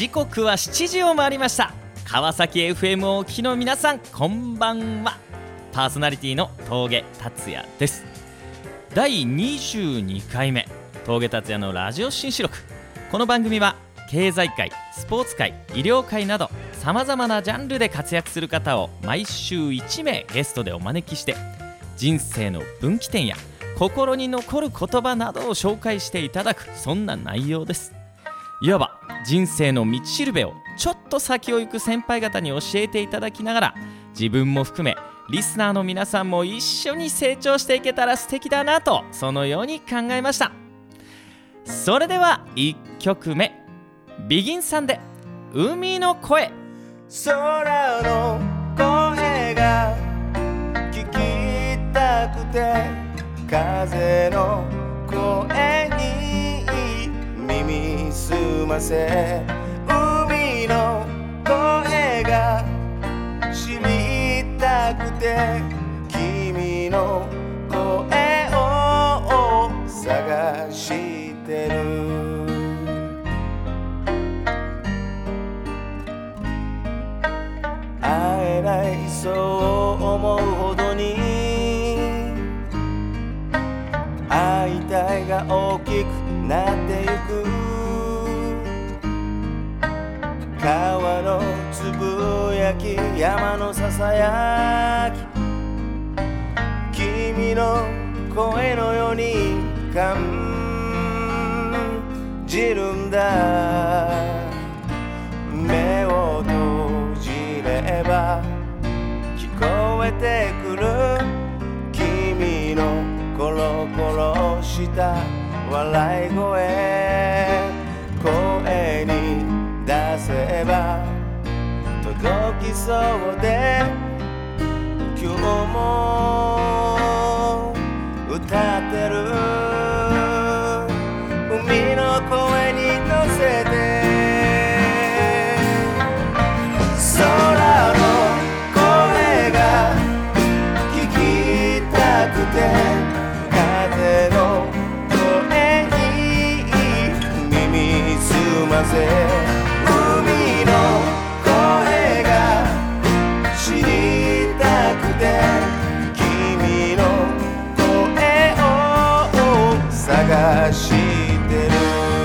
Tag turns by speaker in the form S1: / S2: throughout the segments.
S1: 時刻は7時を回りました。川崎 FM をお聞きの皆さん、こんばんは。パーソナリティの峠達也です。第22回目峠達也のラジオ新四録。この番組は経済界、スポーツ界、医療界などさまざまなジャンルで活躍する方を毎週1名ゲストでお招きして、人生の分岐点や心に残る言葉などを紹介していただく、そんな内容です。いわば人生の道しるべをちょっと先を行く先輩方に教えていただきながら、自分も含めリスナーの皆さんも一緒に成長していけたら素敵だなと、そのように考えました。それでは1曲目、ビギンさんで海の声。
S2: 空の声が聞きたくて、風の声に耳すませ、海の声が知りたくて、君の声を探してる。会えないそう思うほどに、会いたいが大きくなってゆく。川のつぶやき、山のささやき、君の声のように感じるんだ。目を閉じれば聞こえてくる、君のコロコロした笑い声。声に出せば届きそうで、今日も歌ってる。海の声に乗せて、空の声が聞きたくて、風の声に耳すませ、海の声が知りたくて、君の声を探してる。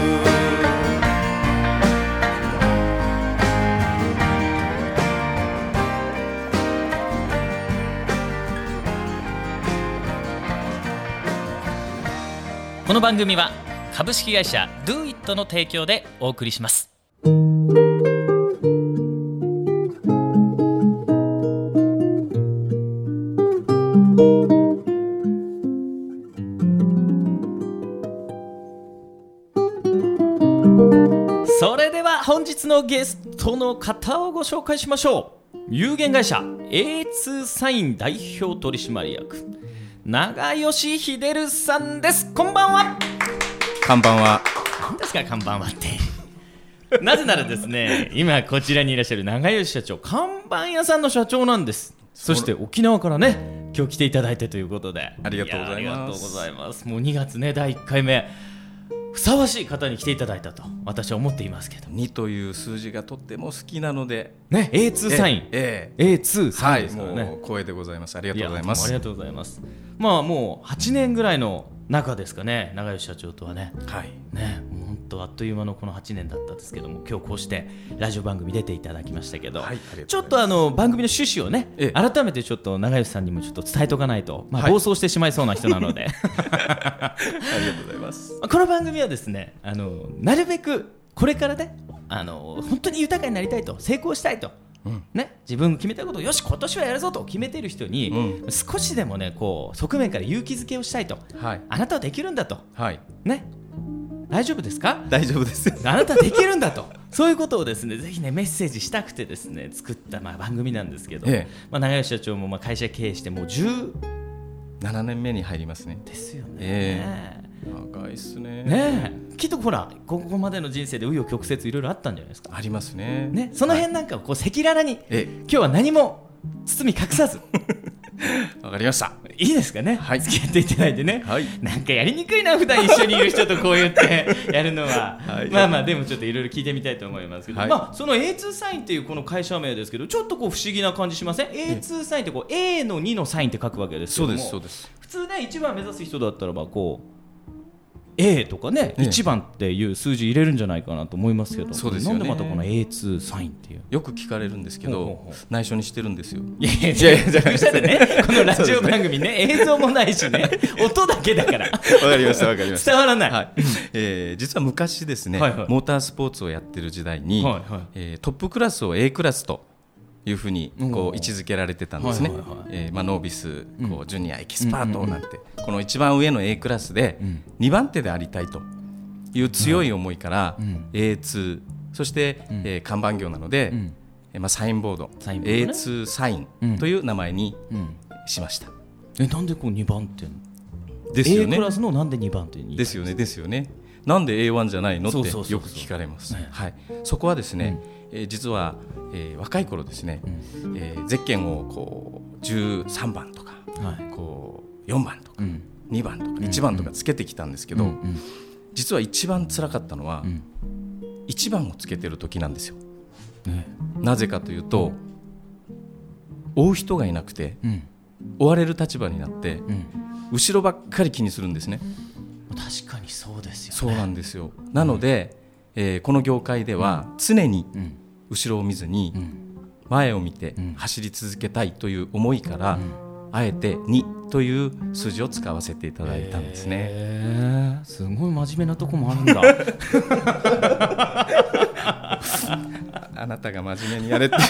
S1: この番組は株式会社 DoIt の提供でお送りします。それでは本日のゲストの方をご紹介しましょう。有限会社 A2 サイン代表取締役、長吉秀さんです。こんばんは。
S3: こんばんは。
S1: 何ですか、こんばんはってなぜならですね、今こちらにいらっしゃる長吉社長、看板屋さんの社長なんです。そして沖縄からね、今日来ていただいてということで、
S3: ありがとうございます。
S1: ありがとうございます。もう2月ね、第1回目、ふさわしい方に来ていただいたと私は思っていますけど、
S3: 2という数字がとっても好きなので
S1: ね、A2 サイン、A2 サインですからね、
S3: もう光栄でございます。ありがとうございます。
S1: ありがとうございます。まあもう8年ぐらいの中ですかね、長吉社長とはね、
S3: はい
S1: ね、もう本当あっという間のこの8年だったんですけども、今日こうしてラジオ番組出ていただきましたけど、
S3: はい、
S1: ちょっと番組の趣旨をね、改めてちょっと長吉さんにもちょっと伝えとかないと、まあ、暴走してしまいそうな人なので、
S3: ありがとうございます。
S1: この番組はですね、なるべくこれからね、本当に豊かになりたいと、成功したいと、ね、自分決めたことをよし今年はやるぞと決めている人に、少しでもね、こう側面から勇気づけをしたいと、
S3: はい、
S1: あなたはできるんだと、
S3: はい、
S1: ね、大丈夫ですか？
S3: 大丈夫です
S1: あなたできるんだとそういうことをですね、ぜひねメッセージしたくてですね作った、番組なんですけど、長吉社長も会社経営してもう17
S3: 年目に入りますね。
S1: ですよね、
S3: 長いっすね。
S1: ねえ、きっとほらここまでの人生で紆余曲折いろいろあったんじゃないですか。
S3: ありますね。
S1: ね、その辺なんかをこう赤裸々に、今日は何も包み隠さず
S3: わかりました。
S1: いいですかね、
S3: はい
S1: 付き合っていただいてね、
S3: はい
S1: なんかやりにくいな、普段一緒にいる人とこう言ってやるのは、
S3: はい
S1: まあまあでもちょっといろいろ聞いてみたいと思いますけど、
S3: はい
S1: まあその A2 サインっていうこの会社名ですけど、ちょっとこう不思議な感じしません？ A2 サインってこう A の2のサインって書くわけですけども、
S3: そうです
S1: 普通ね1番目指す人だったらばこう A とかね、
S3: ええ
S1: 1番っていう数字入れるんじゃないかなと思いますけど、
S3: そうですよね
S1: なんでまたこの A2 サインっていう、
S3: よく聞かれるんですけど、
S1: ほうほうほう
S3: 内緒にしてるんですよ。
S1: いやいやいやいや、びっくりしたね、このラジオ番組ね、映像もないしね、音だけだから
S3: わかりましたわかりました。
S1: 伝わらない、
S3: はい実は昔ですね、
S1: はいはい
S3: モータースポーツをやってる時代に、
S1: はいはい
S3: トップクラスを A クラスというふうに
S1: おー
S3: こう位置づけられてたんですね、
S1: はいはいはい
S3: まあ、ノービス、こ
S1: う
S3: うジュニアエキスパートなんて、この一番上の A クラスで
S1: うん
S3: 2番手でありたいという強い思いから、
S1: うん
S3: A2 そして、
S1: うん
S3: 看板業なので、
S1: うん
S3: まあ、サインボード
S1: サインボードね
S3: A2 サイ
S1: うん
S3: ンという名前に
S1: うん
S3: しました、
S1: なんでこう2番手
S3: ですよ
S1: A
S3: ね
S1: クラスのなんで2番手に
S3: ですよねですよね。なんで A1 じゃないのって
S1: そうそうそうそう
S3: よく聞かれます、
S1: ね
S3: はい、そこはですね、実は、若い頃ですね、ゼッケンをこう13番とか
S1: はい
S3: こう4番とか
S1: うん
S3: 2番とか
S1: ん
S3: 1番とかつけてきたんですけど、
S1: うん
S3: 実は一番辛かったのは
S1: うん
S3: 1番をつけてる時なんですよ。
S1: ね
S3: なぜかというと、追う人がいなくて
S1: うん
S3: 追われる立場になって
S1: うん
S3: 後ろばっかり気にするんですね。
S1: 確かにそうですよね。
S3: そうなんですよ。なので、この業界では常に
S1: うん
S3: 後ろを見ずに
S1: うん
S3: 前を見て
S1: うん
S3: 走り続けたいという思いから、
S1: うん
S3: あえて2という数字を使わせていただいたんですね。
S1: すごい真面目なとこもあるんだ
S3: あなたが真面目にやれって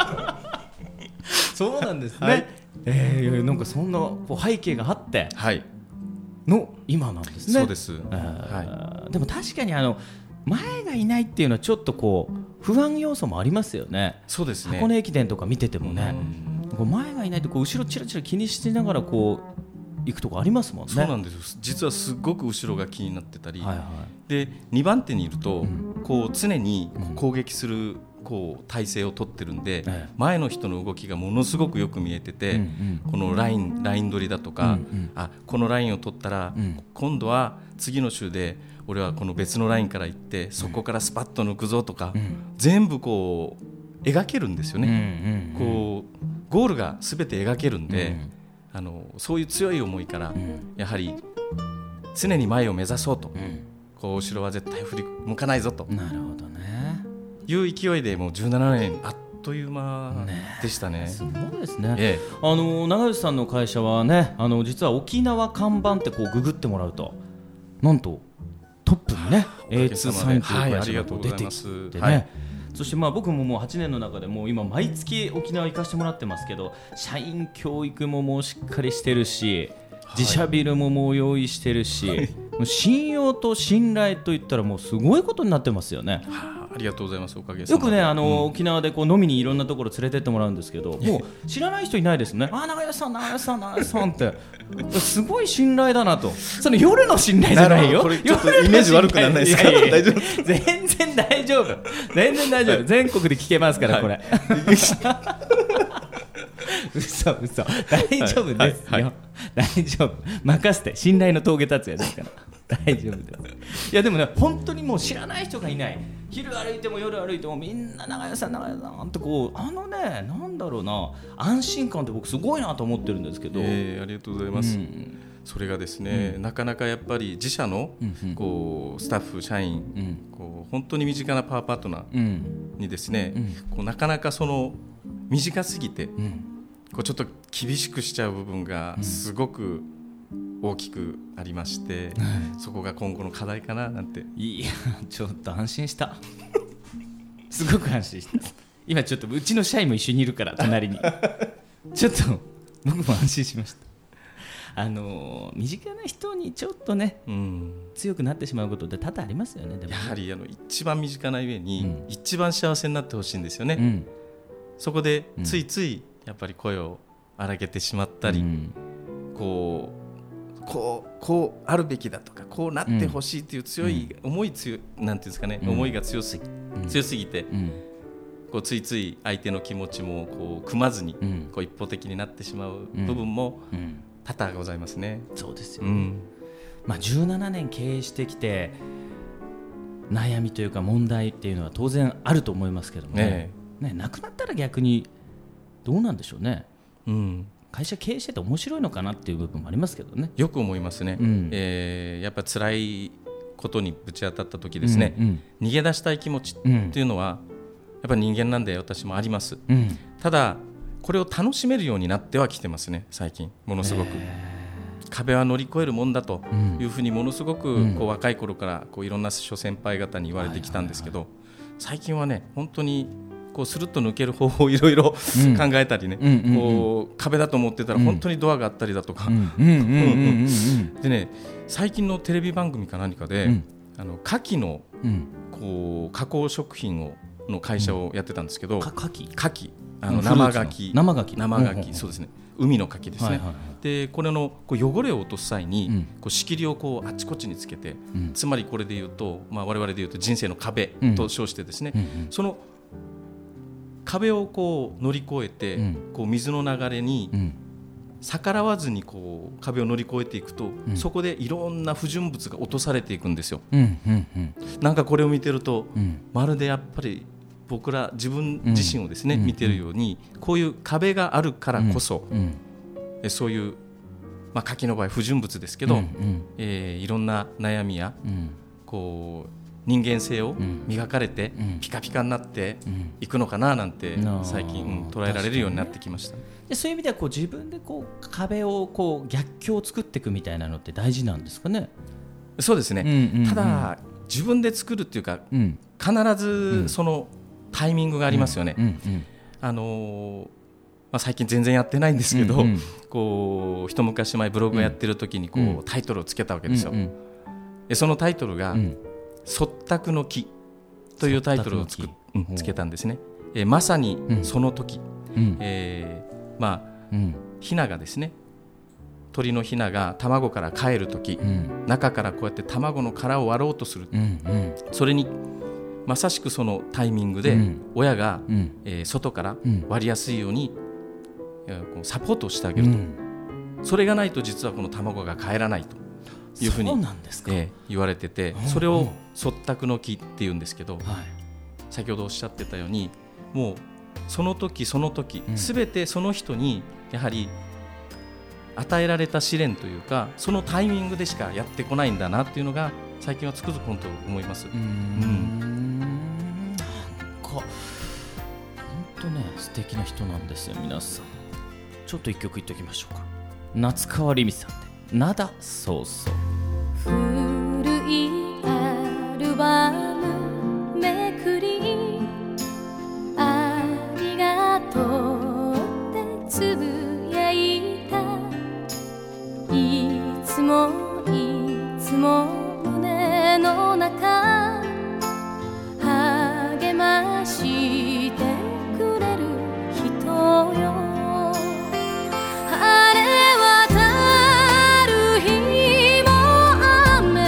S1: そうなんですね、
S3: はい
S1: いやなんかそんなこう背景があって
S3: はい、
S1: の今なんですね。
S3: そうです、
S1: でも確かに前がいないっていうのはちょっとこう不安要素もありますよね。
S3: そうですね。
S1: 箱根駅伝とか見ててもね、
S3: うん
S1: こう前がいないとこう後ろチラチラ気にしながらこう行くとこありますもんね。
S3: そうなんですよ。実はすごく後ろが気になってたり、
S1: はいはい
S3: で2番手にいると、
S1: うん
S3: こう常に
S1: うん
S3: 攻撃するこう体勢を取ってるんで、
S1: ええ
S3: 前の人の動きがものすごくよく見えてて、
S1: うんうん
S3: このライン取りだとか、
S1: うんうん
S3: あこのラインを取ったら、
S1: うん
S3: 今度は次の週で俺はこの別のラインから行ってそこからスパッと抜くぞとか、
S1: うん
S3: 全部こう描けるんですよね、
S1: うんうん
S3: こうゴールが全て描けるんで、
S1: うん
S3: そういう強い思いから、
S1: うん
S3: やはり常に前を目指そうと、
S1: うん
S3: こう後ろは絶対振り向かないぞと
S1: なるほどね。
S3: いう勢いでもう17年あっという間でしたね。
S1: すごいですね。
S3: え
S1: 長吉さんの会社はね、実は沖縄看板ってこうググってもらうとなんとトップにね
S3: おかげ
S1: A2
S3: さまで
S1: サインという
S3: はい
S1: 会社がこう出てきてね、そしてまあ僕ももう8年の中でもう今毎月沖縄行かせてもらってますけど、社員教育ももうしっかりしてるし、自社ビルももう用意してるし、もう信用と信頼といったらもうすごいことになってますよね。
S3: ありがとうございます。おかげさまで
S1: よくね沖縄でこう飲みにいろんなところ連れてってもらうんですけど、もう知らない人いないですね。長吉さん長吉さん長吉さんってすごい信頼だなと。その夜の信頼じゃないよ。
S3: これちょっとイメージ悪くならないですか？
S1: 夜の信頼
S3: 大丈夫？
S1: 全然大丈夫。全然大丈夫。全国で聞けますからこれ。嘘嘘大丈夫です
S3: はい
S1: よ。大丈夫。任せて、信頼の峠達也ですから大丈夫です。いやでもね、本当にもう知らない人がいない。昼歩いても夜歩いてもみんな長屋さん長屋さんってこうなんだろうな、安心感って僕すごいなと思ってるんですけど、
S3: ありがとうございます。
S1: うん
S3: それがですね、なかなかやっぱり自社の
S1: うんうん
S3: こうスタッフ社員、
S1: うん
S3: こう本当に身近なパワーパートナー
S1: うん
S3: にですね、
S1: うん
S3: こうなかなかその短すぎて
S1: うん
S3: こうちょっと厳しくしちゃう部分がすごく大きくありまして、そこが今後の課題かななんて。
S1: いやちょっと安心したすごく安心した。今ちょっとうちの社員も一緒にいるから隣にちょっと僕も安心しました。身近な人にちょっとね
S3: うん
S1: 強くなってしまうことって多々ありますよね。でもね
S3: やはり一番身近な上に、
S1: うん
S3: 一番幸せになってほしいんですよね、
S1: うん
S3: そこで
S1: うん
S3: ついついやっぱり声を荒げてしまったり、
S1: うん
S3: こうあるべきだとかこうなってほしいっていう強い思いなんていうんですかね、
S1: うん
S3: 思いが強すぎて、
S1: うん
S3: こうついつい相手の気持ちもこう組まずに
S1: うん
S3: こう一方的になってしまう部分も
S1: うん
S3: 多々ございますね。
S1: そうですよね、17年経営してきて悩みというか問題っていうのは当然あると思いますけどもね、なくなったら逆にどうなんでしょうね、会社経営してて面白いのかなっていう部分もありますけどね。
S3: よく思いますね、やっぱ辛いことにぶち当たった時ですね、逃げ出したい気持ちっていうのは、やっぱり人間なんで私もあります、ただこれを楽しめるようになってはきてますね最近。ものすごく壁は乗り越えるもんだというふうにものすごくこう若い頃からこういろんな諸先輩方に言われてきたんですけど、最近はね本当にこうスルッと抜ける方法をいろいろ考えたりね、こう壁だと思ってたら本当にドアがあったりだとかでね、最近のテレビ番組か何かで牡蠣のこう加工食品の会社をやってたんですけど、牡蠣生牡蠣そうですね、海の牡蠣ですね、でこれのこう汚れを落とす際にこう仕切りをこうあちこちにつけて、つまりこれで言うと、我々で言うと人生の壁と称してですね、その壁をこう乗り越えて、こう水の流れに逆らわずにこう壁を乗り越えていくと、そこでいろんな不純物が落とされていくんですよ、なんかこれを見てると、まるでやっぱり僕ら自分自身をですね、見てるように、こういう壁があるからこそ、そういう、牡蠣の場合不純物ですけど、いろんな悩みや、こう人間性を磨かれて、ピカピカになっていくのかななんて最近、捉えられるようになってきました。
S1: でそういう意味ではこう自分でこう壁をこう逆境を作っていくみたいなのって大事なんですかね。
S3: そうですね、ただ自分で作るっていうか、必ずそのタイミングがありますよね。最近全然やってないんですけど、こう一昔前ブログをやってる時にこうタイトルをつけたわけですよ。でそのタイトルがそったくの木というタイトルをつけたんですね。まさにその時、ヒナがですね、鳥のヒナが卵から帰る時、中からこうやって卵の殻を割ろうとする、それにまさしくそのタイミングで親が外から割りやすいようにサポートをしてあげると、それがないと実はこの卵が帰らないというふうに言われてて、それをそったくの木っていうんですけど、先ほどおっしゃってたように、もうその時その時全てその人にやはり与えられた試練というか、そのタイミングでしかやってこないんだなっていうのが最近はつくづく本当思います。
S1: 本当ね、素敵な人なんですよ皆さん。ちょっと一曲言っておきましょうか。夏川りみさんで灘そうそう。
S4: 古いアルバムめくり、ありがとうってつぶやいた、いつもいつも胸の中励ましてくれる人よ。晴れ渡る日も雨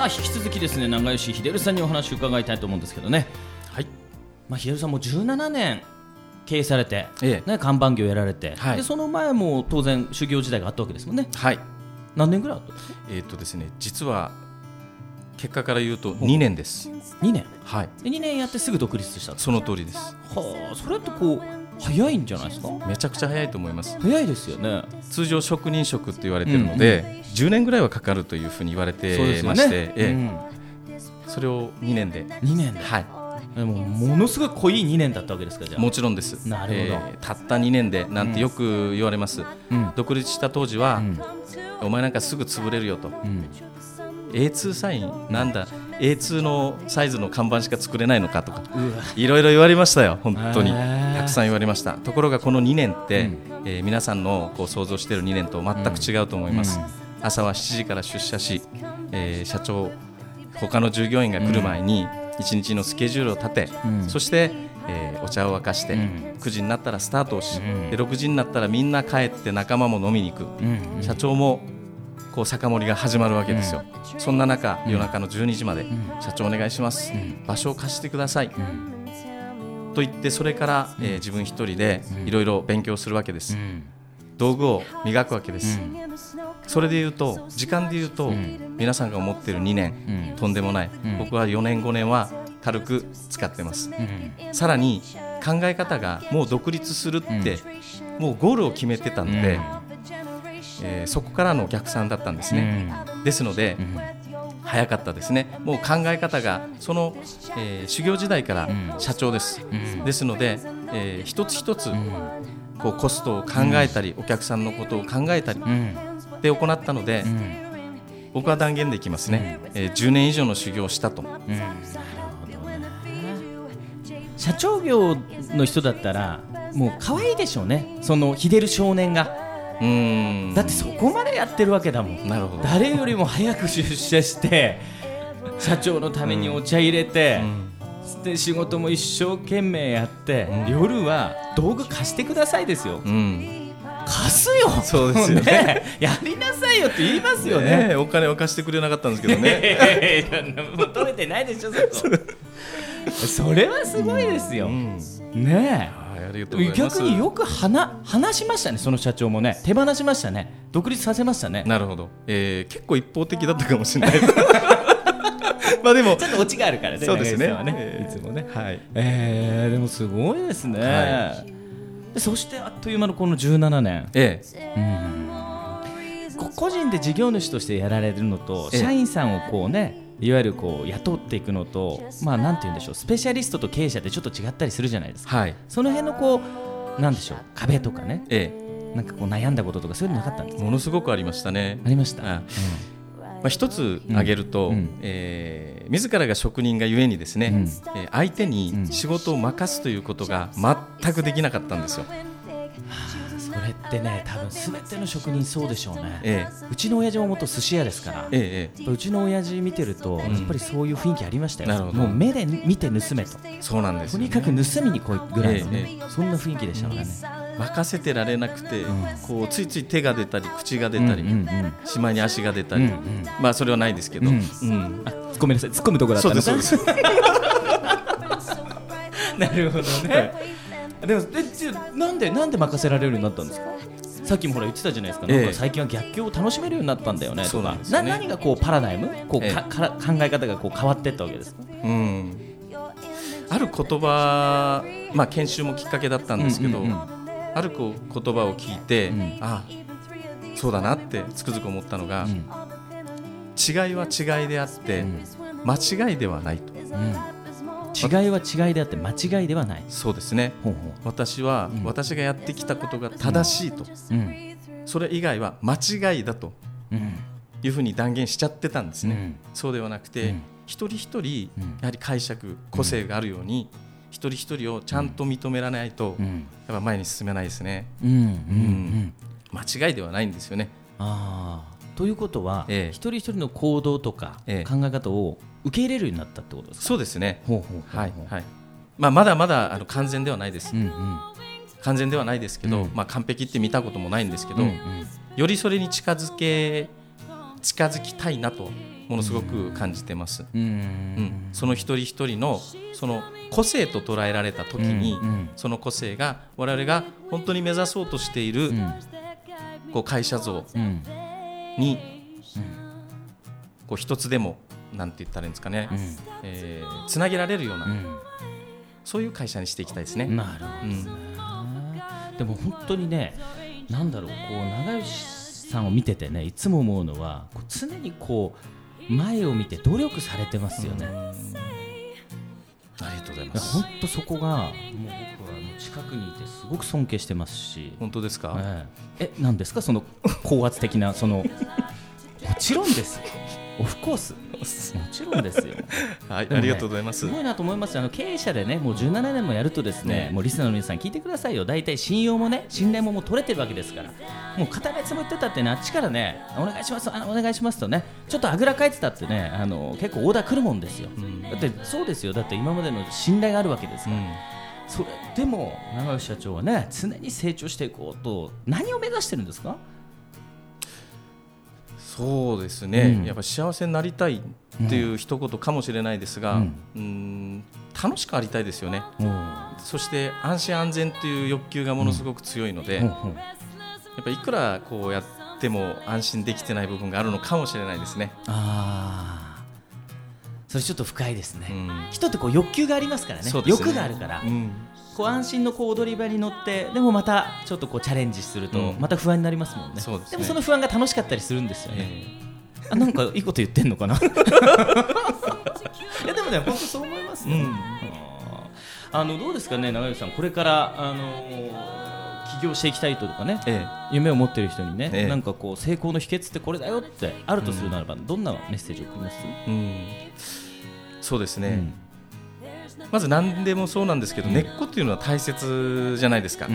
S1: さあ引き続きですね、長吉秀さんにお話を伺いたいと思うんですけどね。
S3: はい。
S1: 秀さんも17年経営されて、
S3: ええ、
S1: 看板業やられて、
S3: はい、
S1: でその前も当然修行時代があったわけですもんね。
S3: はい。
S1: 何年ぐらいあったんですか？
S3: ですね、実は結果から言うと2年です。
S1: 2年。
S3: はい。
S1: で2年やってすぐ独立した。
S3: その通りです。
S1: はあ、それってこう早いんじゃないですか？
S3: めちゃくちゃ早いと思います。
S1: 早いですよね。
S3: 通常職人職って言われているので、10年ぐらいはかかるというふうに言われてまして、それを2年で。
S1: 2年で。
S3: はい。
S1: でもものすごい濃い2年だったわけですか？じゃあ。
S3: もちろんです。
S1: なるほど。
S3: たった2年でなんてよく言われます。独立した当時は、お前なんかすぐ潰れるよと。A2 サインなんだ A2 のサイズの看板しか作れないのかとかいろいろ言われましたよ。本当にたくさん言われました。ところがこの2年って、皆さんのこう想像している2年と全く違うと思います。朝は7時から出社し、社長他の従業員が来る前に1日のスケジュールを立て、そして、お茶を沸かして、9時になったらスタートをし、で6時になったらみんな帰って仲間も飲みに行く、社長もこう酒盛りが始まるわけですよ。そんな中、夜中の12時まで、社長お願いします、場所を貸してください、と言って、それから、自分一人でいろいろ勉強するわけです。道具を磨くわけです。それでいうと、時間でいうと、皆さんが思っている2年、とんでもない、僕は4年5年は軽く使ってます。さらに考え方がもう独立するって、もうゴールを決めてたので、そこからの逆算だったんですね。ですので、早かったですね。もう考え方がその、修行時代から社長です。ですので、一つ一つこうコストを考えたり、お客さんのことを考えたりで行ったので、僕は断言できますね。10年以上の修行をしたと。
S1: 社長業の人だったらもう可愛いでしょうね、その秀少年が。だってそこまでやってるわけだもん。
S3: なるほど。
S1: 誰よりも早く出社して社長のためにお茶入れて、で仕事も一生懸命やって、夜は道具貸してくださいですよ。貸すよ。
S3: そうですよね。
S1: やりなさいよって言いますよね。
S3: お金を貸してくれなかったんですけどね。
S1: 求めてないでしょ、それはすごいですよ。ねえ。逆によく話しましたね、その社長もね。手放しましたね。独立させましたね。
S3: なるほど。結構一方的だったかもしれない。まあでも
S1: ちょっとオチがあるからね。
S3: そうですね。
S1: いつもね。はい。でもすごいですね。そしてあっという間のこの17年。個人で事業主としてやられるのと、社員さんをこうね、いわゆるこう雇っていくのと、なんて言うんでしょう、スペシャリストと経営者ってちょっと違ったりするじゃないですか。その辺のこうなんでしょう、壁とかね、なんかこう悩んだこととかそういうのなかったんですか？
S3: ものすごくありましたね。
S1: ありました。
S3: 一つ挙げると、自らが職人がゆえにですね、相手に仕事を任すということが全くできなかったんですよ。
S1: それってね、多分すべての職人そうでしょうね。うちの親父も元寿司屋ですから、うちの親父見てると、やっぱりそういう雰囲気ありましたよ。もう目で見て盗めと。
S3: そうなんですよね。
S1: とにかく盗みに来いぐらいのね、そんな雰囲気でしたからね。
S3: 任せてられなくて、こうついつい手が出たり口が出たり、しまいに足が出たり、それはないですけど、
S1: ごめんなさい、突っ込むところだったのか。
S3: そうです。
S1: なるほどね。でもなんで任せられるようになったんですか？さっきもほら言ってたじゃないですか。なんか最近は逆境を楽しめるようになったんだよねとか。何がこうパラダイム、こう考え方がこう変わっていったわけですか？
S3: ある言葉、研修もきっかけだったんですけど、ある言葉を聞いて、そうだなってつくづく思ったのが、違いは違いであって間違いではないと。
S1: 違いは違いであって間違いではない。
S3: そうですね。私がやってきたことが正しいと、それ以外は間違いだというふうに断言しちゃってたんですね。そうではなくて、一人一人やはり解釈、個性があるように、一人一人をちゃんと認められないと、やっぱ前に進めないですね。間違いではないんですよね。
S1: ということは、一人一人の行動とか考え方を受け入れるようになったってことですか？
S3: そうですね。まだまだ完全ではないです。完全ではないですけど、完璧って見たこともないんですけど、よりそれに近づきたいなとものすごく感じてます。その一人一人のその個性と捉えられた時に、その個性が我々が本当に目指そうとしている、こう会社像に、こう一つでもなんて言ったらいいんですかね、つなげられるような、そういう会社にしていきたいですね。
S1: なるほどね、でも本当にね、なんだろう、こう長吉さんを見ててね、いつも思うのは、こう常にこう前を見て努力されてますよね。
S3: ありがとうございます。
S1: 本当そこがもう僕は近くにいてすごく尊敬してますし。
S3: 本当ですか？
S1: 何ですかその高圧的なそのもちろんですよ、オフコース、もちろんですよ
S3: はい、ありがとうございます。
S1: すごいなと思います。経営者でね、もう17年もやるとですね、もうリスナーの皆さん聞いてくださいよ。大体信用もね、信頼ももう取れてるわけですから、もう片目つむってたってね、あっちからね、お願いしますお願いしますとね、ちょっとあぐらかいてたってね、結構オーダー来るもんですよ、だってそうですよ、だって今までの信頼があるわけですから、それでも長吉社長はね、常に成長していこうと、何を目指してるんですか？
S3: そうですね、やっぱ幸せになりたいっていう一言かもしれないですが、楽しくありたいですよね。そして安心安全という欲求がものすごく強いので、やっぱいくらこうやっても安心できてない部分があるのかもしれないですね。
S1: それちょっと深いですね、人ってこう欲求がありますからね、欲があるから、こう安心のこう踊り場に乗って、でもまたちょっとこうチャレンジするとまた不安になりますもんね。でもその不安が楽しかったりするんですよね。なんかいいこと言ってんのかな。いやでもね、本当そう思いますよ、どうですかね、長吉さん、これから起業していきたいとかね、夢を持っている人にね、なんかこう成功の秘訣ってこれだよってあるとするならば、どんなメッセージを送ります？
S3: そうですね、まず何でもそうなんですけど、根っこっていうのは大切じゃないですか。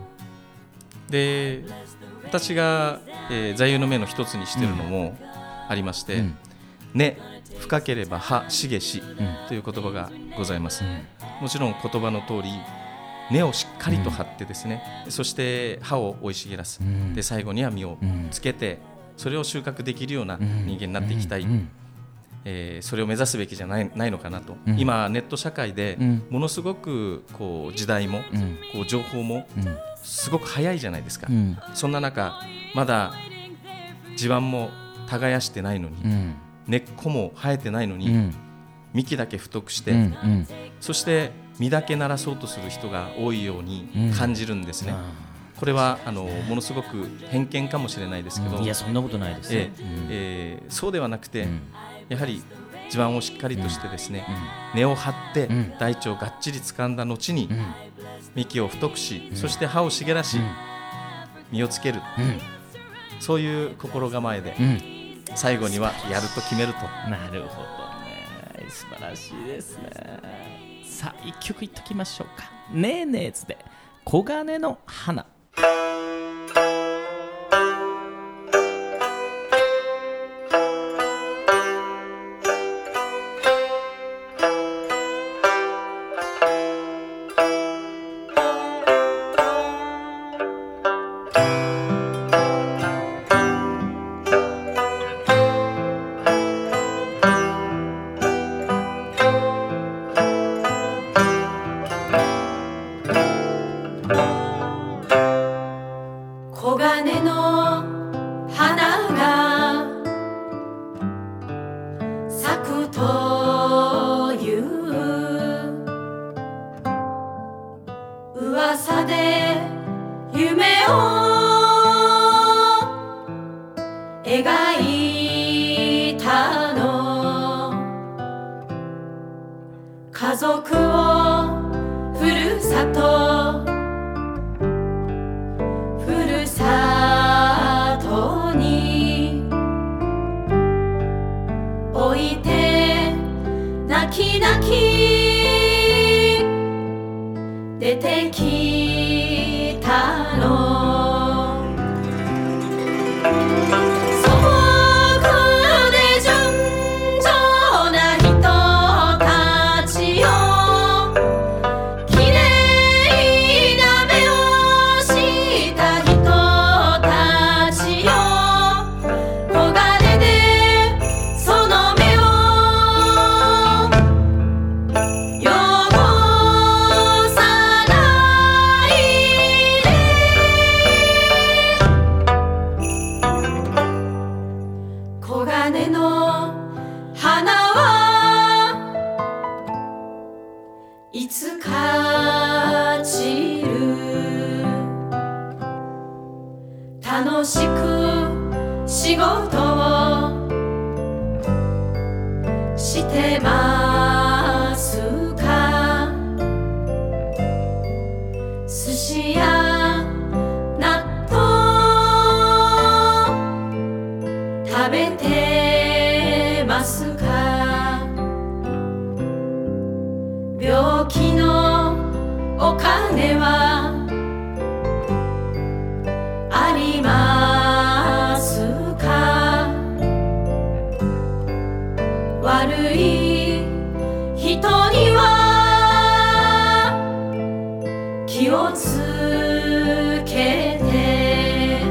S3: で、私が、座右の銘の一つにしているのもありまして、根深ければ葉茂しという言葉がございます。もちろん言葉の通り、根をしっかりと張ってですね、そして葉を生い茂らす、で最後には実をつけて、それを収穫できるような人間になっていきたい、それを目指すべきじゃないのかなと、今ネット社会でものすごくこう時代もこう情報もすごく早いじゃないですか。そんな中、まだ地盤も耕してないのに、根っこも生えてないのに、幹だけ太くして、そして実だけならそうとする人が多いように感じるんですね。これはものすごく偏見かもしれないですけど、
S1: いやそんなことないですよ。
S3: そうではなくて、やはり地盤をしっかりとしてですね、根を張って大地をがっちり掴んだ後に幹を太くし、そして葉を茂らし実をつける、そういう心構えで最後にはやると決めると。
S1: なるほどね、素晴らしいですね。さあ一曲いっときましょうか。ねえねえずで黄金の花。
S4: 家族をふるさとに置いて泣き泣き出てきたの。その子や納豆食べてますか？病気のお金はありますか？悪い人には気をつけて、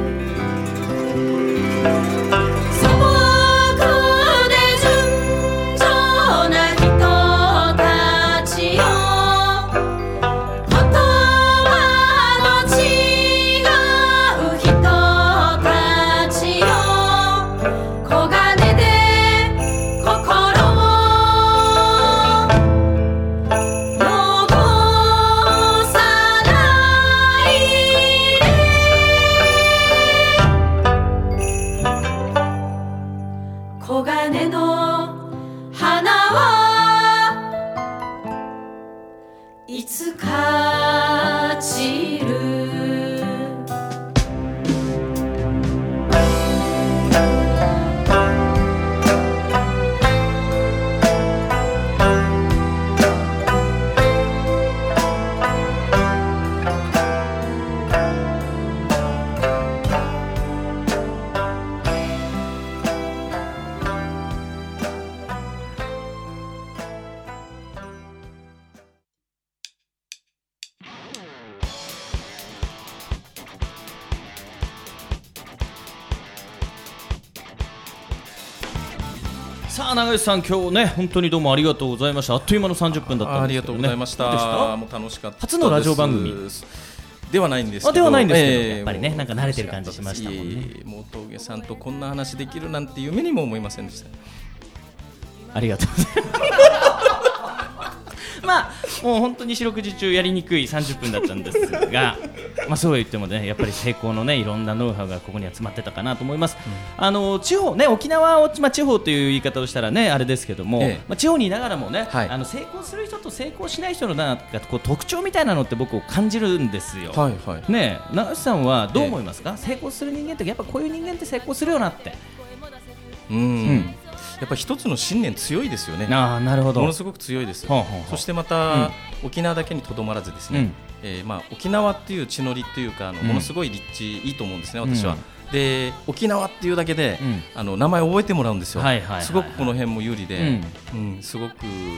S4: 素朴で純情な人たちよ、言葉の違う人たちよ、黄金で心を汚さないで、黄金の花はいつか散る。
S1: さあ長吉さん、今日ね本当にどうもありがとうございました。あっという間の30分だったんですけどね。
S3: ありがとうございました。
S1: どうでした？
S3: もう楽しかったです。
S1: 初のラジオ番組
S3: ではないんですけど、
S1: ではないんですけど、やっぱりねなんか慣れてる感じしましたもんね。
S3: もう峠さんとこんな話できるなんて夢にも思いませんでした。
S1: ありがとうございますまあもう本当に四六時中やりにくい30分だったんですがまあそうは言ってもねやっぱり成功のねいろんなノウハウがここに集まってたかなと思います。地方ね、沖縄を、地方という言い方をしたらねあれですけども、地方にいながらもね、成功する人と成功しない人のなんかこう特徴みたいなのって僕を感じるんですよ。ね、長吉さんはどう思いますか？成功する人間ってやっぱこういう人間って成功するよなって。
S3: やっぱ一つの信念強いですよね。
S1: なるほど。
S3: ものすごく強いです。そしてまた、沖縄だけにとどまらずですね、沖縄っていう地の利っていうかものすごい立地いいと思うんですね、私は。で沖縄っていうだけで、名前を覚えてもらうんですよ。すごくこの辺も有利で、すごく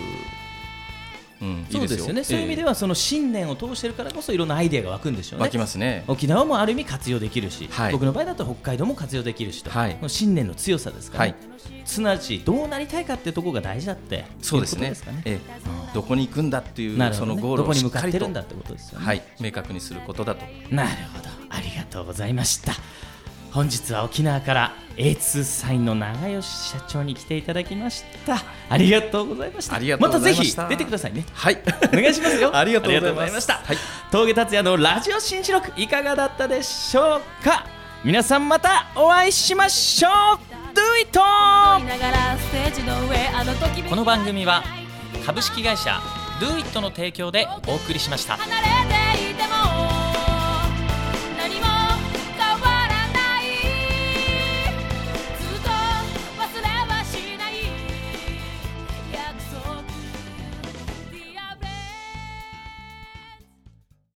S1: そうですよね。そういう意味ではその信念を通してるからこそいろんなアイデアが湧くんでしょうね。
S3: 湧きますね。
S1: 沖縄もある意味活用できるし、僕の場合だと北海道も活用できるしと、信念の強さですからね。すなわちどうなりたいかっていうところが大事だっていうことですかね。
S3: どこに行くんだっていうそのゴールをしっかりと
S1: どこに向かってるんだってことですよね。
S3: 明確にすることだと。
S1: なるほど、ありがとうございました。本日は沖縄から A2 サインの長吉社長に来ていただきました。ありがとうございました。またぜひ出てくださいね。お願いしますよ。
S3: ありがとうございました。
S1: 峠達也のラジオ新四六いかがだったでしょうか。皆さんまたお会いしましょう。Do it! この番組は株式会社 Do it の提供でお送りしました。